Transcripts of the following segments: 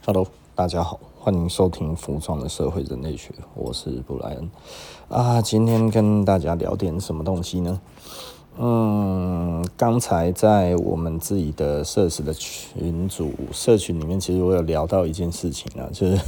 Hello，大家好，欢迎收听服装的社会人类学，我是布莱恩今天跟大家聊点什么东西呢？刚才在我们自己的社死的社群里面，其实我有聊到一件事情啊，就是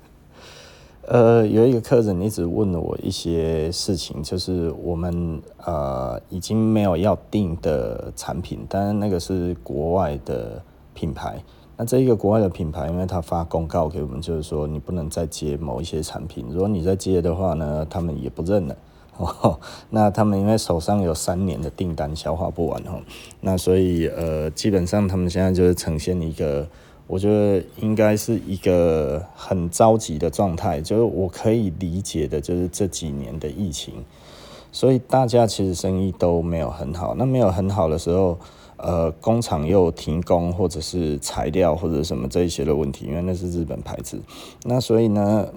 有一个客人一直问我一些事情，就是我们已经没有要订的产品，但是那个是国外的品牌。那这一个国外的品牌，因为他发公告给我们，就是说你不能再接某一些产品，如果你再接的话呢，他们也不认了。那他们因为手上有3年的订单消化不完那所以基本上他们现在就是呈现一个，我觉得应该是一个很着急的状态，就是我可以理解的，就是这几年的疫情，所以大家其实生意都没有很好。那没有很好的时候，工厂又停工，或者是材料或者什么这一些的问题，因为那是日本牌子。那所以呢，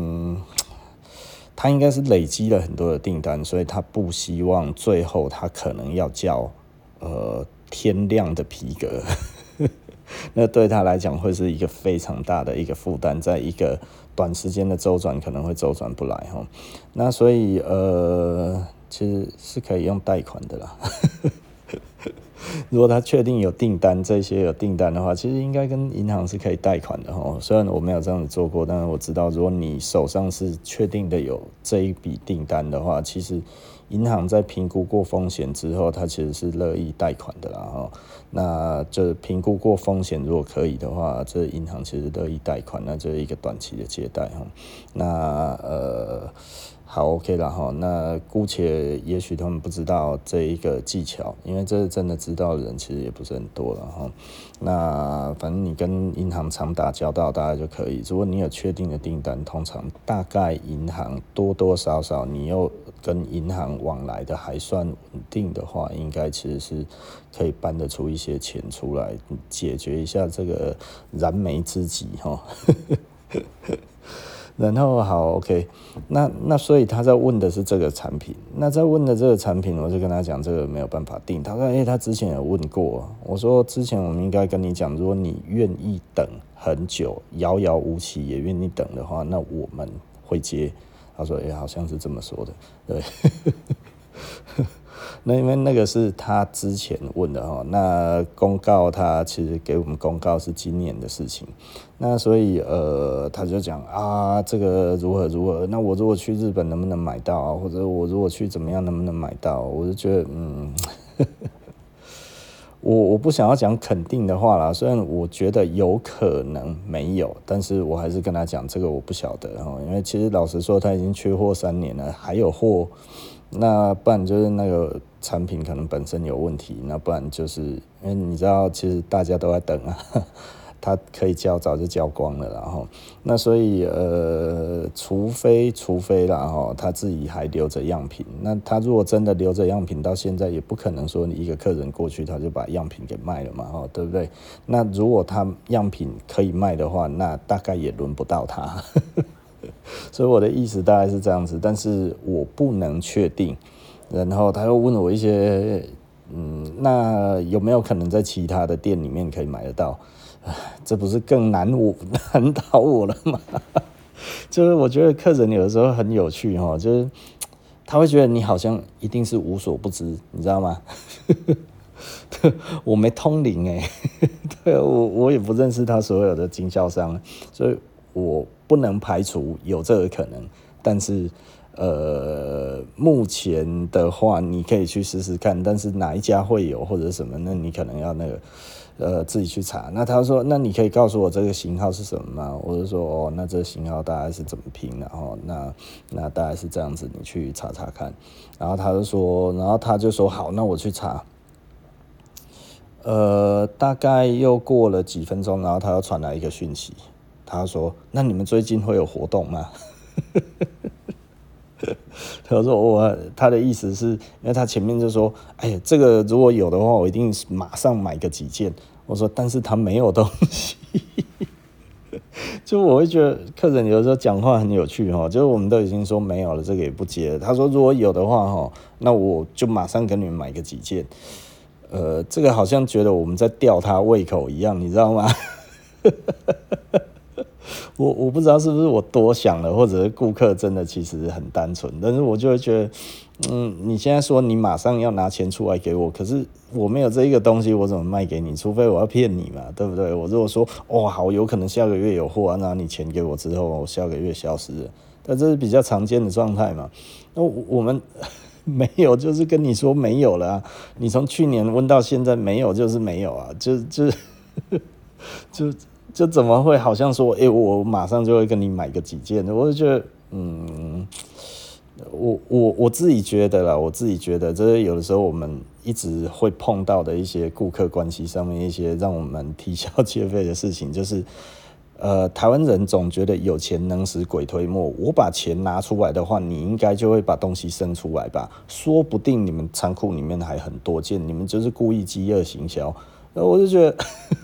他应该是累积了很多的订单，所以他不希望最后他可能要叫天量的皮革。那对他来讲会是一个非常大的一个负担，在一个短时间的周转可能会周转不来那所以其实是可以用贷款的啦。如果他确定有订单，这些有订单的话，其实应该跟银行是可以贷款的虽然我没有这样子做过，但是我知道，如果你手上是确定的有这一笔订单的话，其实银行在评估过风险之后，它其实是乐意贷款的啦那就评估过风险，如果可以的话，这银行其实乐意贷款，那这是一个短期的借贷那好 OK 啦那姑且也许他们不知道这一个技巧，因为这真的知道的人其实也不是很多了那反正你跟银行常打交道，大概就可以。如果你有确定的订单，通常大概银行多多少少你又跟银行往来的还算稳定的话，应该其实是可以搬得出一些钱出来，解决一下这个燃眉之急然后好 OK， 那所以他在问的是这个产品，那在问的这个产品，我就跟他讲这个没有办法订。他说他之前有问过，我说之前我们应该跟你讲，如果你愿意等很久，遥遥无期也愿意等的话，那我们会接。他说好像是这么说的，对。那因为那个是他之前问的那公告他其实给我们公告是今年的事情，那所以他就讲这个如何，那我如果去日本能不能买到或者我如果去怎么样能不能买到，我就觉得我不想要讲肯定的话啦，虽然我觉得有可能没有，但是我还是跟他讲这个我不晓得因为其实老实说他已经缺货3年了，还有货，那不然就是那个产品可能本身有问题，那不然就是因为你知道其实大家都在等他可以交早就交光了啦那所以除非啦他自己还留着样品，那他如果真的留着样品到现在，也不可能说你一个客人过去他就把样品给卖了嘛对不对？那如果他样品可以卖的话，那大概也轮不到他所以我的意思大概是这样子，但是我不能确定。然后他又问我一些那有没有可能在其他的店里面可以买得到？这不是更难倒我了吗？就是我觉得客人有的时候很有趣就是他会觉得你好像一定是无所不知，你知道吗？我没通灵对我也不认识他所有的经销商，所以我不能排除有这个可能，但是目前的话你可以去试试看，但是哪一家会有或者什么，那你可能要那个自己去查。那他说那你可以告诉我这个型号是什么吗？我就说那这个型号大概是怎么拼的那大概是这样子，你去查查看。然后他就说好，那我去查。大概又过了几分钟，然后他又传来一个讯息，他说那你们最近会有活动吗？他说他的意思是因为他前面就说这个如果有的话我一定马上买个几件。我说但是他没有东西就我会觉得客人有时候讲话很有趣就是我们都已经说没有了，这个也不接了。他说如果有的话那我就马上跟你们买个几件。这个好像觉得我们在吊他胃口一样，你知道吗？ 我不知道是不是我多想了，或者是顾客真的其实很单纯，但是我就会觉得，你现在说你马上要拿钱出来给我，可是我没有这一个东西，我怎么卖给你？除非我要骗你嘛，对不对？我如果说好，有可能下个月有货，拿你钱给我之后，我下个月消失了，但这是比较常见的状态嘛。那我们没有，就是跟你说没有了啊。你从去年问到现在没有，就是没有啊，就怎么会好像说，我马上就会跟你买个几件？我就觉得，我自己觉得啦，我自己觉得，这是有的时候我们一直会碰到的一些顾客关系上面一些让我们啼笑皆非的事情，就是台湾人总觉得有钱能使鬼推磨，我把钱拿出来的话，你应该就会把东西生出来吧？说不定你们仓库里面还很多件，你们就是故意饥饿行销。我就觉得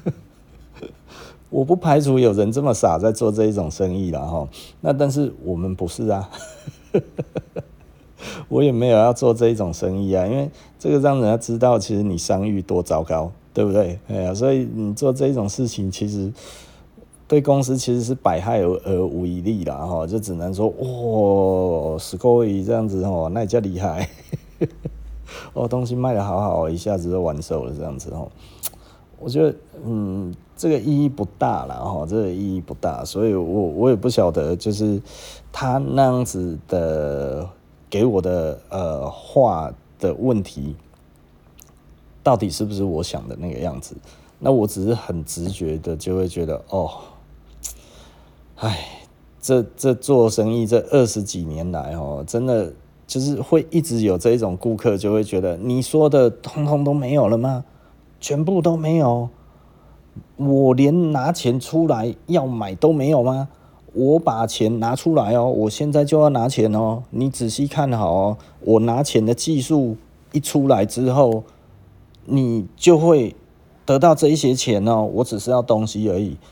我不排除有人这么傻在做这一种生意啦齁，那但是我们不是啊。我也没有要做这一种生意啊，因为这个让人家知道其实你商誉多糟糕，对不对？所以你做这一种事情其实对公司其实是百害而无一利啦齁，就只能说すごい这样子齁，那也叫厉害。东西卖得好好，一下子就完售了这样子齁。我觉得这个意义不大啦齁，这个意义不大，所以我也不晓得，就是他那样子的给我的话的问题，到底是不是我想的那个样子？那我只是很直觉的就会觉得这做生意这20几年来真的就是会一直有这一种顾客，就会觉得你说的通通都没有了吗？全部都没有？我连拿钱出来要买都没有吗？我把钱拿出来我现在就要拿钱你仔细看好我拿钱的技术一出来之后，你就会得到这一些钱我只是要东西而已。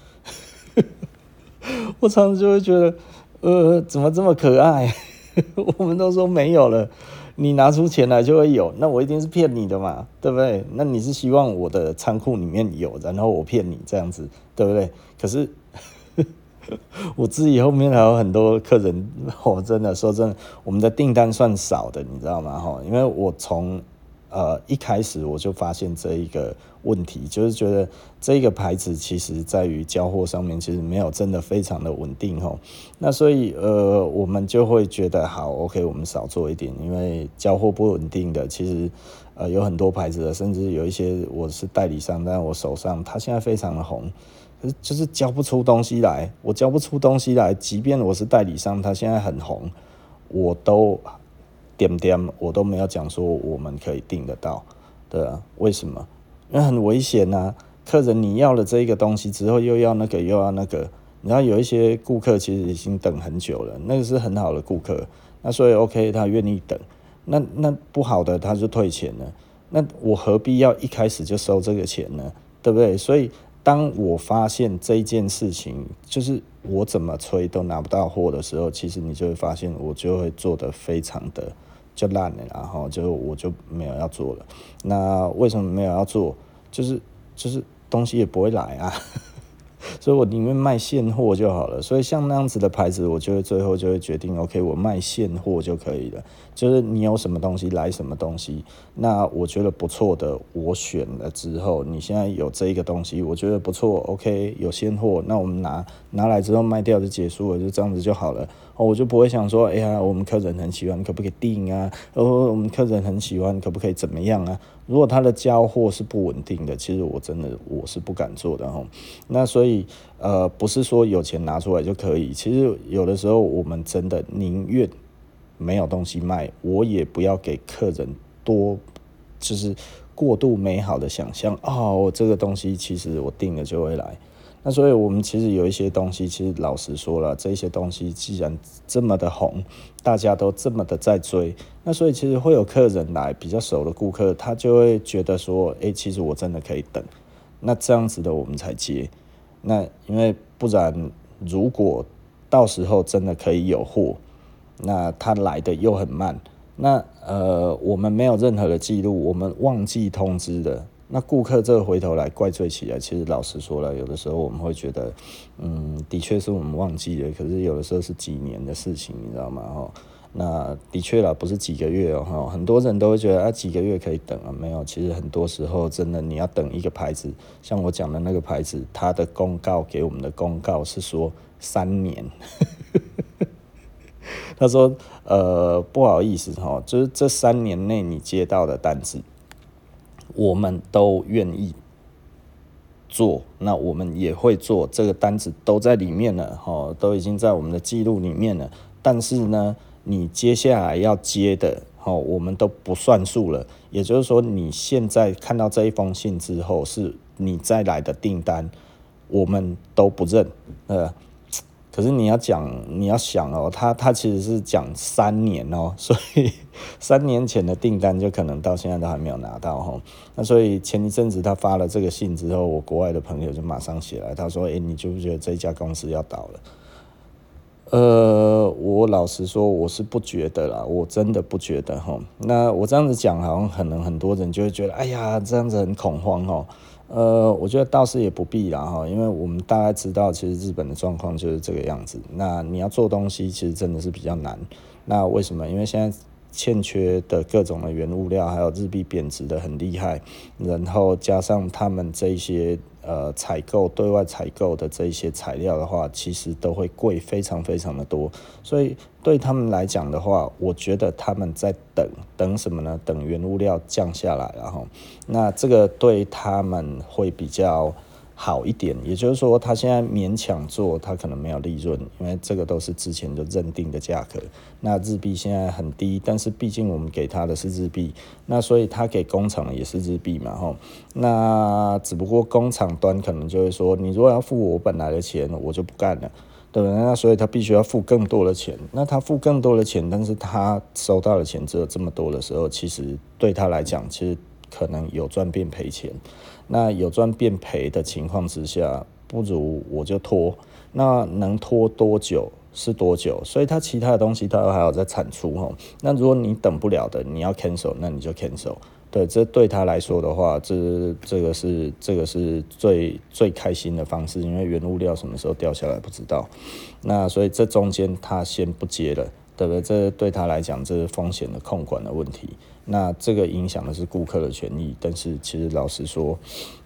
我常常就会觉得，怎么这么可爱？我们都说没有了，你拿出钱来就会有，那我一定是骗你的嘛，对不对？那你是希望我的仓库里面有，然后我骗你这样子，对不对？可是我自己后面还有很多客人，真的说真的，我们的订单算少的，你知道吗？因为我从一开始我就发现这一个问题，就是觉得这个牌子其实在于交货上面其实没有真的非常的稳定那所以我们就会觉得好 OK 我们少做一点，因为交货不稳定的其实有很多牌子的，甚至有一些我是代理商，但我手上它现在非常的红，可是就是交不出东西来，我交不出东西来，即便我是代理商，它现在很红，我都我都没有讲说我们可以订得到，对啊，为什么？因为很危险啊！客人你要了这个东西之后，又要那个，又要那个，然后有一些顾客其实已经等很久了，那个是很好的顾客，那所以 OK 他愿意等，那不好的他就退钱了，那我何必要一开始就收这个钱呢？对不对？所以当我发现这一件事情，就是我怎么催都拿不到货的时候，其实你就会发现我就会做得非常的就烂了，然后我就没有要做了。那为什么没有要做？就是东西也不会来啊。所以我宁愿卖现货就好了。所以像那样子的牌子，我就会最后就会决定 OK 我卖现货就可以了，就是你有什么东西来什么东西，那我觉得不错的我选了之后，你现在有这一个东西我觉得不错 OK 有现货，那我们拿来之后卖掉就结束了，就这样子就好了。我就不会想说我们客人很喜欢可不可以订啊，我们客人很喜欢可不可以怎么样啊。如果他的交货是不稳定的，其实我是不敢做的那所以不是说有钱拿出来就可以，其实有的时候我们真的宁愿没有东西卖，我也不要给客人多就是过度美好的想象这个东西其实我订了就会来。那所以我们其实有一些东西，其实老实说了，这些东西既然这么的红，大家都这么的在追，那所以其实会有客人来，比较熟的顾客，他就会觉得说其实我真的可以等，那这样子的我们才接。那因为不然如果到时候真的可以有货，那他来的又很慢，那我们没有任何的记录，我们忘记通知的， 那顾客这个回头来怪罪起来，其实老实说了，有的时候我们会觉得，的确是我们忘记了，可是有的时候是几年的事情，你知道吗？那的确啦，不是几个月很多人都会觉得几个月可以等没有，其实很多时候真的你要等一个牌子，像我讲的那个牌子，它的公告给我们的公告是说3年，他说不好意思就是这3年内你接到的单子，我们都愿意做，那我们也会做，这个单子都在里面了都已经在我们的记录里面了，但是呢你接下来要接的我们都不算数了，也就是说你现在看到这一封信之后是你再来的订单，我们都不认可是你要想他其实是讲3年所以3年前的订单就可能到现在都还没有拿到那所以前一阵子他发了这个信之后，我国外的朋友就马上写来，他说你觉不觉得这家公司要倒了？我老实说我是不觉得啦，我真的不觉得那我这样子讲好像可能很多人就会觉得哎呀这样子很恐慌我觉得倒是也不必啦因为我们大概知道其实日本的状况就是这个样子，那你要做东西其实真的是比较难，那为什么？因为现在欠缺的各种的原物料，还有日币贬值的很厉害，然后加上他们这一些对外采购的这一些材料的话，其实都会贵非常非常的多，所以对他们来讲的话，我觉得他们在等什么呢？等原物料降下来那这个对他们会比较好一点，也就是说他现在勉强做，他可能没有利润，因为这个都是之前就认定的价格。那日币现在很低，但是毕竟我们给他的是日币，那所以他给工厂也是日币嘛那只不过工厂端可能就会说，你如果要付我本来的钱，我就不干了。对不对？那所以他必须要付更多的钱，那他付更多的钱，但是他收到的钱只有这么多的时候，其实对他来讲，其实可能有赚变赔钱。那有赚变赔的情况之下，不如我就拖，那能拖多久是多久，所以他其他的东西他都还有在产出那如果你等不了的，你要 cancel， 那你就 cancel。对，这对他来说的话，这个是最开心的方式，因为原物料什么时候掉下来不知道，那所以这中间他先不接了，对不对？这对他来讲，这是风险的控管的问题。那这个影响的是顾客的权益，但是其实老实说，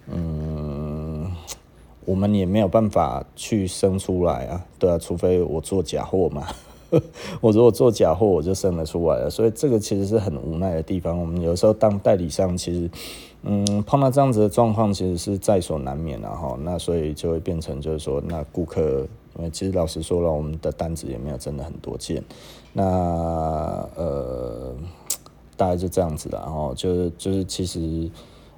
我们也没有办法去生出来啊，对啊，除非我做假货嘛。我如果做假货，我就生得出来了，所以这个其实是很无奈的地方。我们有时候当代理商，其实，碰到这样子的状况，其实是在所难免那所以就会变成就是说，那顾客，因为其实老实说了，我们的单子也没有真的很多件，那大概就这样子啦就是其实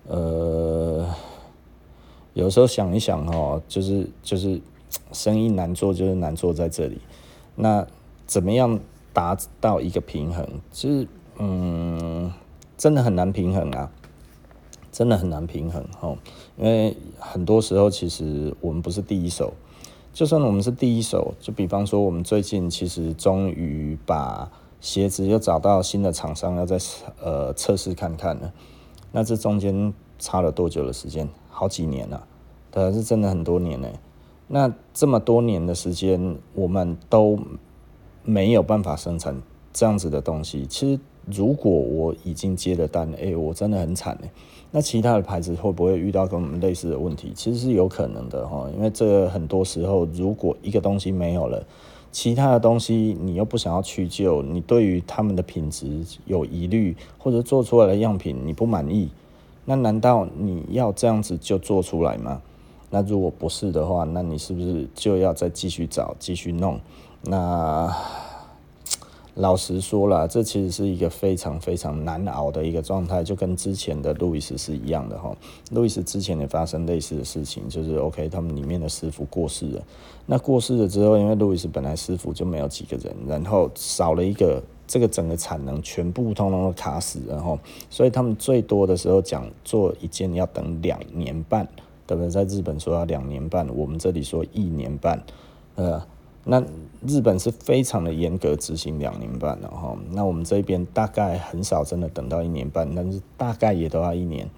有时候想一想就是生意难做，就是难做在这里。那怎么样达到一个平衡？就是真的很难平衡啊，真的很难平衡因为很多时候其实我们不是第一手，就算我们是第一手，就比方说我们最近其实终于把鞋子又找到新的厂商要再测试看看了，那这中间差了多久的时间？好几年了，对，是真的很多年那这么多年的时间，我们都没有办法生产这样子的东西。其实如果我已经接了单，我真的很惨那其他的牌子会不会遇到跟我们类似的问题？其实是有可能的因为这个很多时候，如果一个东西没有了，其他的东西你又不想要去救，你对于他们的品质有疑虑，或者做出来的样品你不满意，那难道你要这样子就做出来吗？那如果不是的话，那你是不是就要再继续找、继续弄？那老实说啦，这其实是一个非常非常难熬的一个状态，就跟之前的路易斯是一样的路易斯之前也发生类似的事情，就是 OK， 他们里面的师傅过世了。那过世了之后，因为路易斯本来师傅就没有几个人，然后少了一个，这个整个产能全部通通都卡死了所以他们最多的时候讲做一件要等2年半。对不对？在日本说要2年半，我们这里说1年半，那日本是非常的严格执行2年半的那我们这边大概很少真的等到1年半，但是大概也都要1年。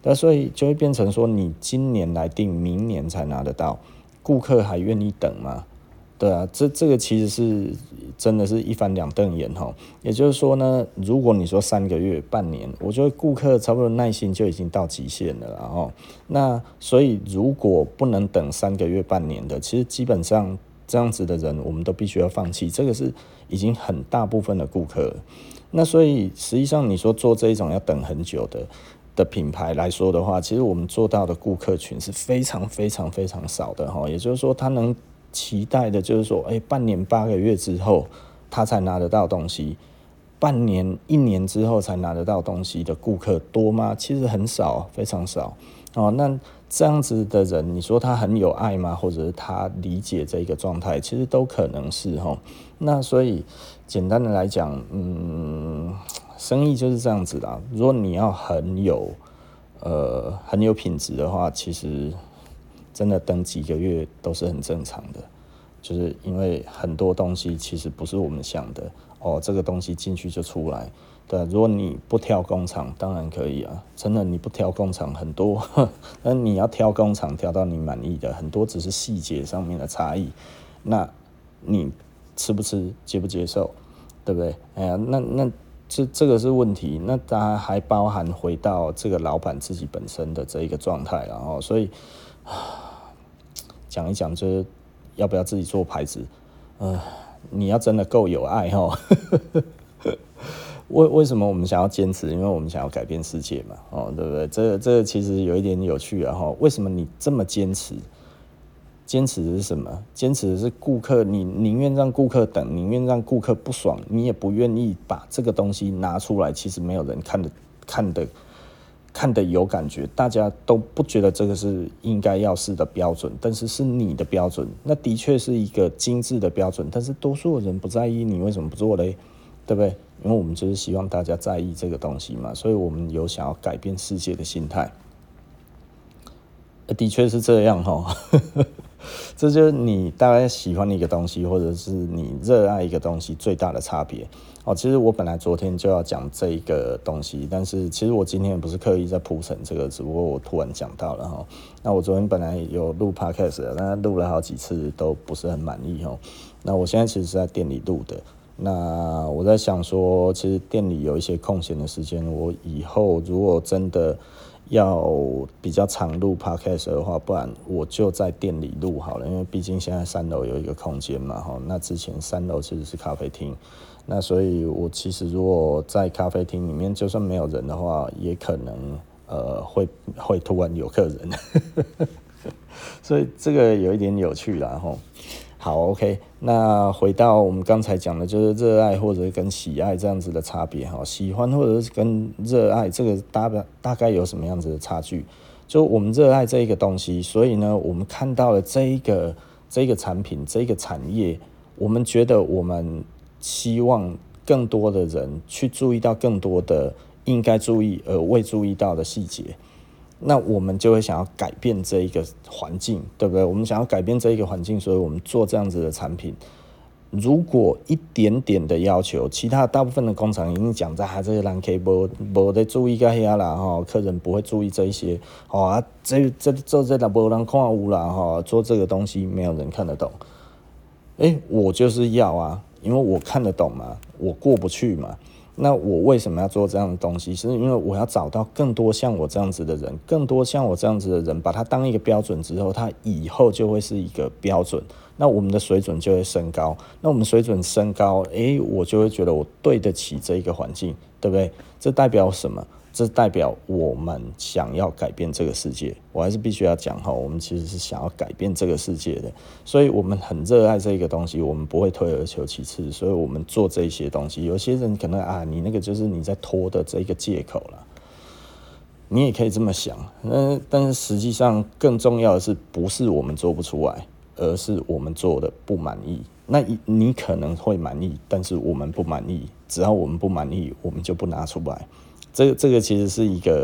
那所以就会变成说，你今年来订，明年才拿得到，顾客还愿意等吗？对啊，这个其实是真的是一翻两瞪眼哈。也就是说呢，如果你说3个月、半年，我觉得顾客差不多耐心就已经到极限了啦齁。那所以如果不能等3个月、半年的，其实基本上这样子的人，我们都必须要放弃。这个是已经很大部分的顾客了。那所以实际上你说做这一种要等很久的品牌来说的话，其实我们做到的顾客群是非常非常非常少的齁。也就是说，他能期待的就是说，半年8个月之后他才拿得到东西，半年1年之后才拿得到东西的顾客多吗？其实很少，非常少。那这样子的人，你说他很有爱吗？或者是他理解这个状态，其实都可能是齁。那所以简单的来讲，生意就是这样子啦。如果你要很有品质的话，其实真的等几个月都是很正常的，就是因为很多东西其实不是我们想的这个东西进去就出来。对，如果你不挑工厂，当然可以啊，真的你不挑工厂很多，那你要挑工厂挑到你满意的，很多只是细节上面的差异。那你吃不吃，接不接受，对不对？那这个是问题。那当然还包含回到这个老板自己本身的这一个状态，然后所以讲一讲，就是要不要自己做牌子？你要真的够有爱齁。为什么我们想要坚持？因为我们想要改变世界嘛，对不对？这个其实有一点有趣啊齁。为什么你这么坚持？坚持的是什么？坚持的是顾客，你宁愿让顾客等，宁愿让顾客不爽，你也不愿意把这个东西拿出来。其实没有人看得有感觉，大家都不觉得这个是应该要是的标准，但是是你的标准，那的确是一个精致的标准，但是多数人不在意，你为什么不做嘞？对不对？因为我们就是希望大家在意这个东西嘛，所以我们有想要改变世界的心态。的确是这样齁。这就是你大概喜欢一个东西，或者是你热爱一个东西最大的差别。其实我本来昨天就要讲这一个东西，但是其实我今天也不是刻意在铺陈这个，只不过我突然讲到了齁。那我昨天本来有录 podcast 的，但录了好几次都不是很满意齁。那我现在其实是在店里录的。那我在想说，其实店里有一些空闲的时间，我以后如果真的要比较常录 podcast 的话，不然我就在店里录好了，因为毕竟现在3楼有一个空间嘛，那之前3楼其实是咖啡厅，那所以我其实如果在咖啡厅里面，就算没有人的话，也可能会突然有客人，所以这个有一点有趣啦齁。好 ，OK， 那回到我们刚才讲的，就是热爱或者跟喜爱这样子的差别哈。喜欢或者是跟热爱这个大概有什么样子的差距？就我们热爱这一个东西，所以呢，我们看到了这一个产品、这个产业，我们觉得我们希望更多的人去注意到更多的应该注意而未注意到的细节。那我们就会想要改变这一个环境，对不对？我们想要改变这一个环境，所以我们做这样子的产品。如果一点点的要求，其他大部分的工厂已经讲在这个人可以没在注意个遐啦哈，客人不会注意这一些这做这啦没人看有啦哈，做这个东西没有人看得懂。我就是要啊，因为我看得懂嘛，我过不去嘛。那我为什么要做这样的东西？是因为我要找到更多像我这样子的人，更多像我这样子的人，把它当一个标准之后，它以后就会是一个标准。那我们的水准就会升高。那我们水准升高，我就会觉得我对得起这一个环境，对不对？这代表什么？这代表我们想要改变这个世界。我还是必须要讲哈，我们其实是想要改变这个世界的，所以我们很热爱这个东西，我们不会退而求其次，所以我们做这些东西。有些人可能你那个就是你在拖的这个借口啦，你也可以这么想。但是实际上更重要的是，不是我们做不出来，而是我们做的不满意。那你可能会满意，但是我们不满意。只要我们不满意，我们就不拿出来。这个其实是一个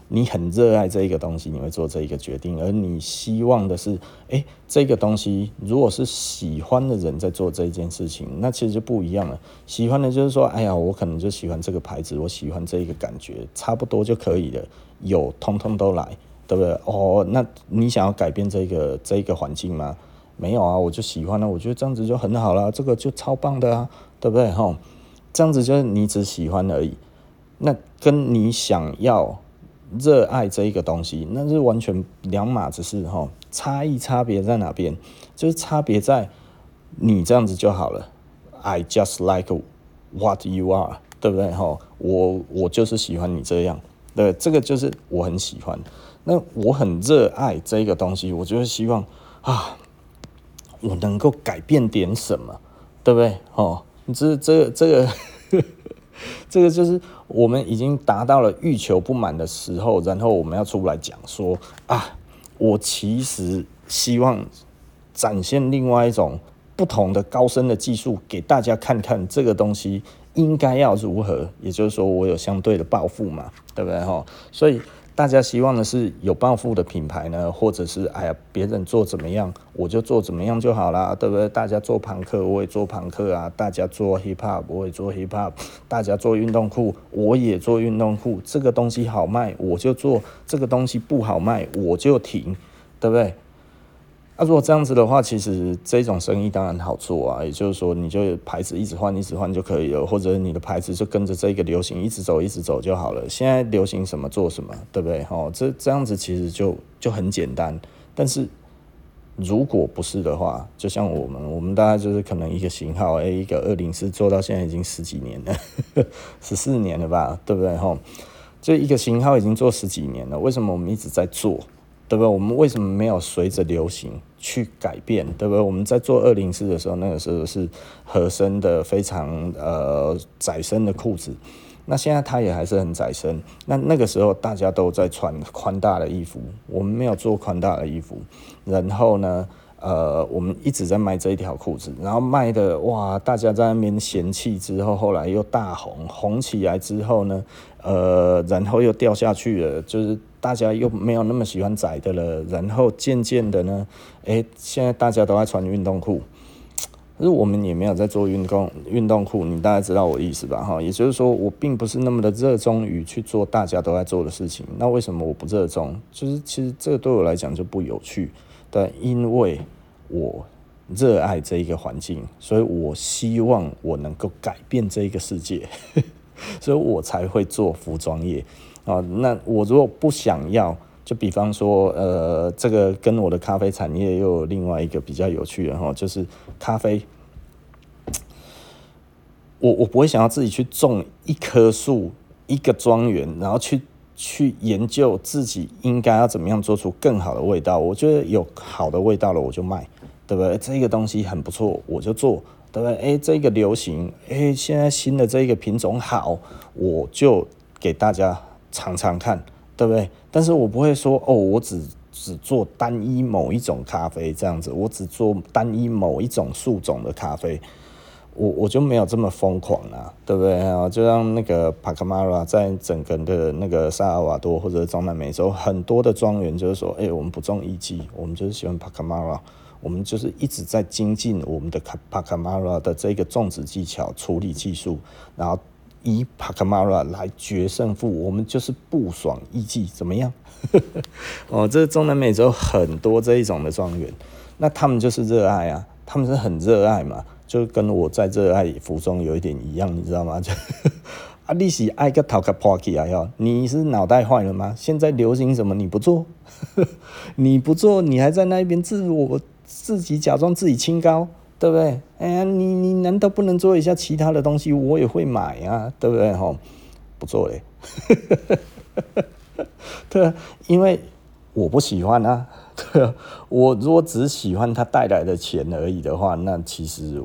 你很热爱这一个东西，你会做这一个决定，而你希望的是，这个东西如果是喜欢的人在做这一件事情，那其实就不一样了。喜欢的就是说，哎呀，我可能就喜欢这个牌子，我喜欢这一个感觉，差不多就可以了，有通通都来，对不对？哦，那你想要改变这个环境吗？没有啊，我就喜欢了，我觉得这样子就很好了，这个就超棒的啊，对不对？吼，这样子就是你只喜欢而已，那跟你想要热爱这一个东西，那是完全两码子事哈。差别在哪边？就是差别在你这样子就好了。I just like what you are， 对不对哈？我就是喜欢你这样，对，这个就是我很喜欢。那我很热爱这一个东西，我就是希望啊，我能够改变点什么，对不对？哦，这个这个就是我们已经达到了欲求不满的时候，然后我们要出来讲说啊，我其实希望展现另外一种不同的高深的技术给大家看看，这个东西应该要如何，也就是说我有相对的抱负嘛，对不对？所以大家希望的是有抱负的品牌呢，或者是哎呀别人做怎么样我就做怎么样就好啦，对不对？大家做朋克我也做朋克啊，大家做 hip hop 我也做 hip hop， 大家做运动裤我也做运动裤，这个东西好卖我就做，这个东西不好卖我就停，对不对？如果这样子的话，其实这种生意当然好做啊，也就是说，你就牌子一直换就可以了，或者你的牌子就跟着这个流行一直走就好了。现在流行什么做什么，对不对？这样子其实就很简单。但是如果不是的话，就像我们大概就是可能一个型号，一个204做到现在已经10几年了，14年了吧，对不对？就一个型号已经做10几年了，为什么我们一直在做？对不对？我们为什么没有随着流行去改变？对不对？我们在做204的时候，那个时候是合身的非常窄身的裤子，那现在它也还是很窄身。那个时候大家都在穿宽大的衣服，我们没有做宽大的衣服。然后呢，我们一直在卖这一条裤子，然后卖的哇，大家在那边嫌弃之后，后来又大红起来之后呢，然后又掉下去了，就是大家又没有那么喜欢窄的了，然后渐渐的呢，现在大家都在穿运动裤，可是我们也没有在做运动裤，你大概知道我的意思吧？也就是说，我并不是那么的热衷于去做大家都在做的事情。那为什么我不热衷？就是其实这个对我来讲就不有趣，但因为我热爱这一个环境，所以我希望我能够改变这一个世界，所以我才会做服装业。那我如果不想要，就比方说，这个跟我的咖啡产业又有另外一个比较有趣的就是咖啡，我不会想要自己去种一棵树、一个庄园，然后去研究自己应该要怎么样做出更好的味道。我觉得有好的味道了，我就卖，对不对？这个东西很不错，我就做。对不对？这个流行，现在新的这个品种好，我就给大家尝尝看，对不对？但是我不会说我只做单一某一种咖啡这样子，我只做单一某一种树种的咖啡，我就没有这么疯狂啦，对不对？就像那个帕卡马拉在整个的那个萨尔瓦多或者中南美洲很多的庄园，就是说，我们不种艺伎，我们就是喜欢帕卡马拉。我们就是一直在精进我们的帕卡马拉的这个种植技巧、处理技术，然后以帕卡马拉来决胜负。我们就是不爽艺伎，怎么样？这中南美洲很多这一种的庄园，那他们就是热爱啊，他们是很热爱嘛，就跟我在热爱服装有一点一样，你知道吗？你是爱个头壳破起来哦？你是脑袋坏了吗？现在流行什么你不做？你不做，你还在那边自己假装自己清高，对不对？你难道不能做一下其他的东西？我也会买啊，对不对？不做嘞，对啊，因为我不喜欢啊，对啊，我如果只喜欢它带来的钱而已的话，那其实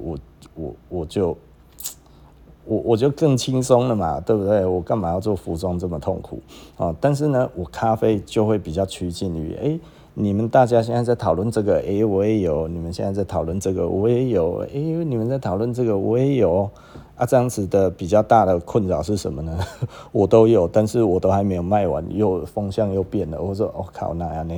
我就更轻松了嘛，对不对？我干嘛要做服装这么痛苦啊？但是呢，我咖啡就会比较趋近于你们大家现在在讨论这个，我也有；你们现在在讨论这个，我也有；你们在讨论这个，我也有。啊，这样子的比较大的困扰是什么呢？我都有，但是我都还没有卖完，风向又变了。我说，靠，那样呢？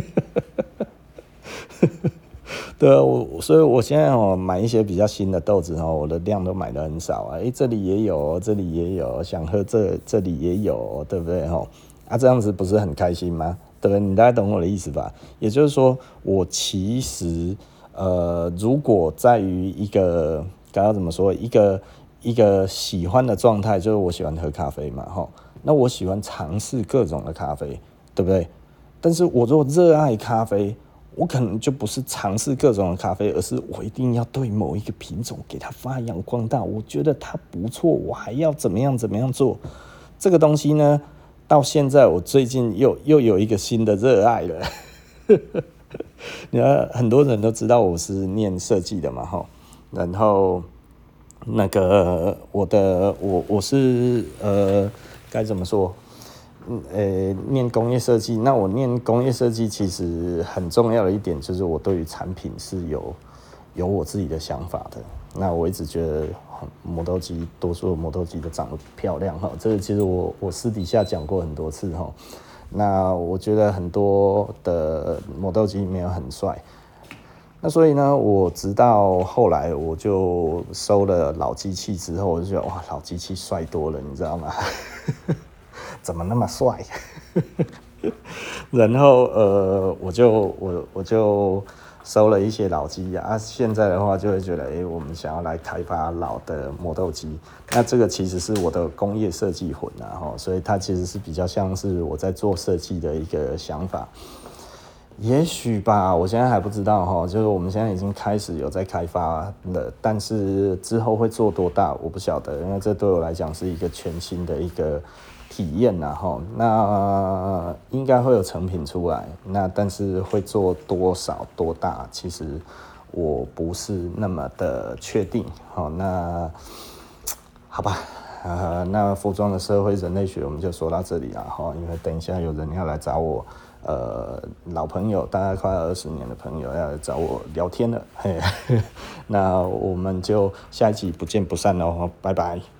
对啊，所以我现在买一些比较新的豆子我的量都买的很少啊。这里也有，这里也有，想喝这里也有，对不对啊，这样子不是很开心吗？对不对？你大概懂我的意思吧？也就是说，我其实如果在于一个刚刚怎么说，一个喜欢的状态，就是我喜欢喝咖啡嘛那我喜欢尝试各种的咖啡，对不对？但是我如果热爱咖啡，我可能就不是尝试各种的咖啡，而是我一定要对某一个品种给它发扬光大。我觉得它不错，我还要怎么样做。这个东西呢，到现在我最近又有一个新的热爱了。你看，很多人都知道我是念设计的嘛然后那个我是该怎么说？念工业设计，那我念工业设计其实很重要的一点就是我对于产品是有我自己的想法的。那我一直觉得磨豆机，多数的磨豆机都长得漂亮这个其实我私底下讲过很多次那我觉得很多的磨豆机没有很帅。那所以呢，我直到后来我就收了老机器之后，我就觉得哇，老机器帅多了，你知道吗？怎么那么帅？然后我就收了一些老机啊。现在的话就会觉得，我们想要来开发老的磨豆机。那这个其实是我的工业设计魂所以它其实是比较像是我在做设计的一个想法。也许吧，我现在还不知道就是我们现在已经开始有在开发了，但是之后会做多大我不晓得，因为这对我来讲是一个全新的一个体验那应该会有成品出来，那但是会做多少多大，其实我不是那么的确定那好吧。那服装的社会人类学我们就说到这里了因为等一下有人要来找我，老朋友，大概快20年的朋友要来找我聊天了，那我们就下一集不见不散喽，拜拜。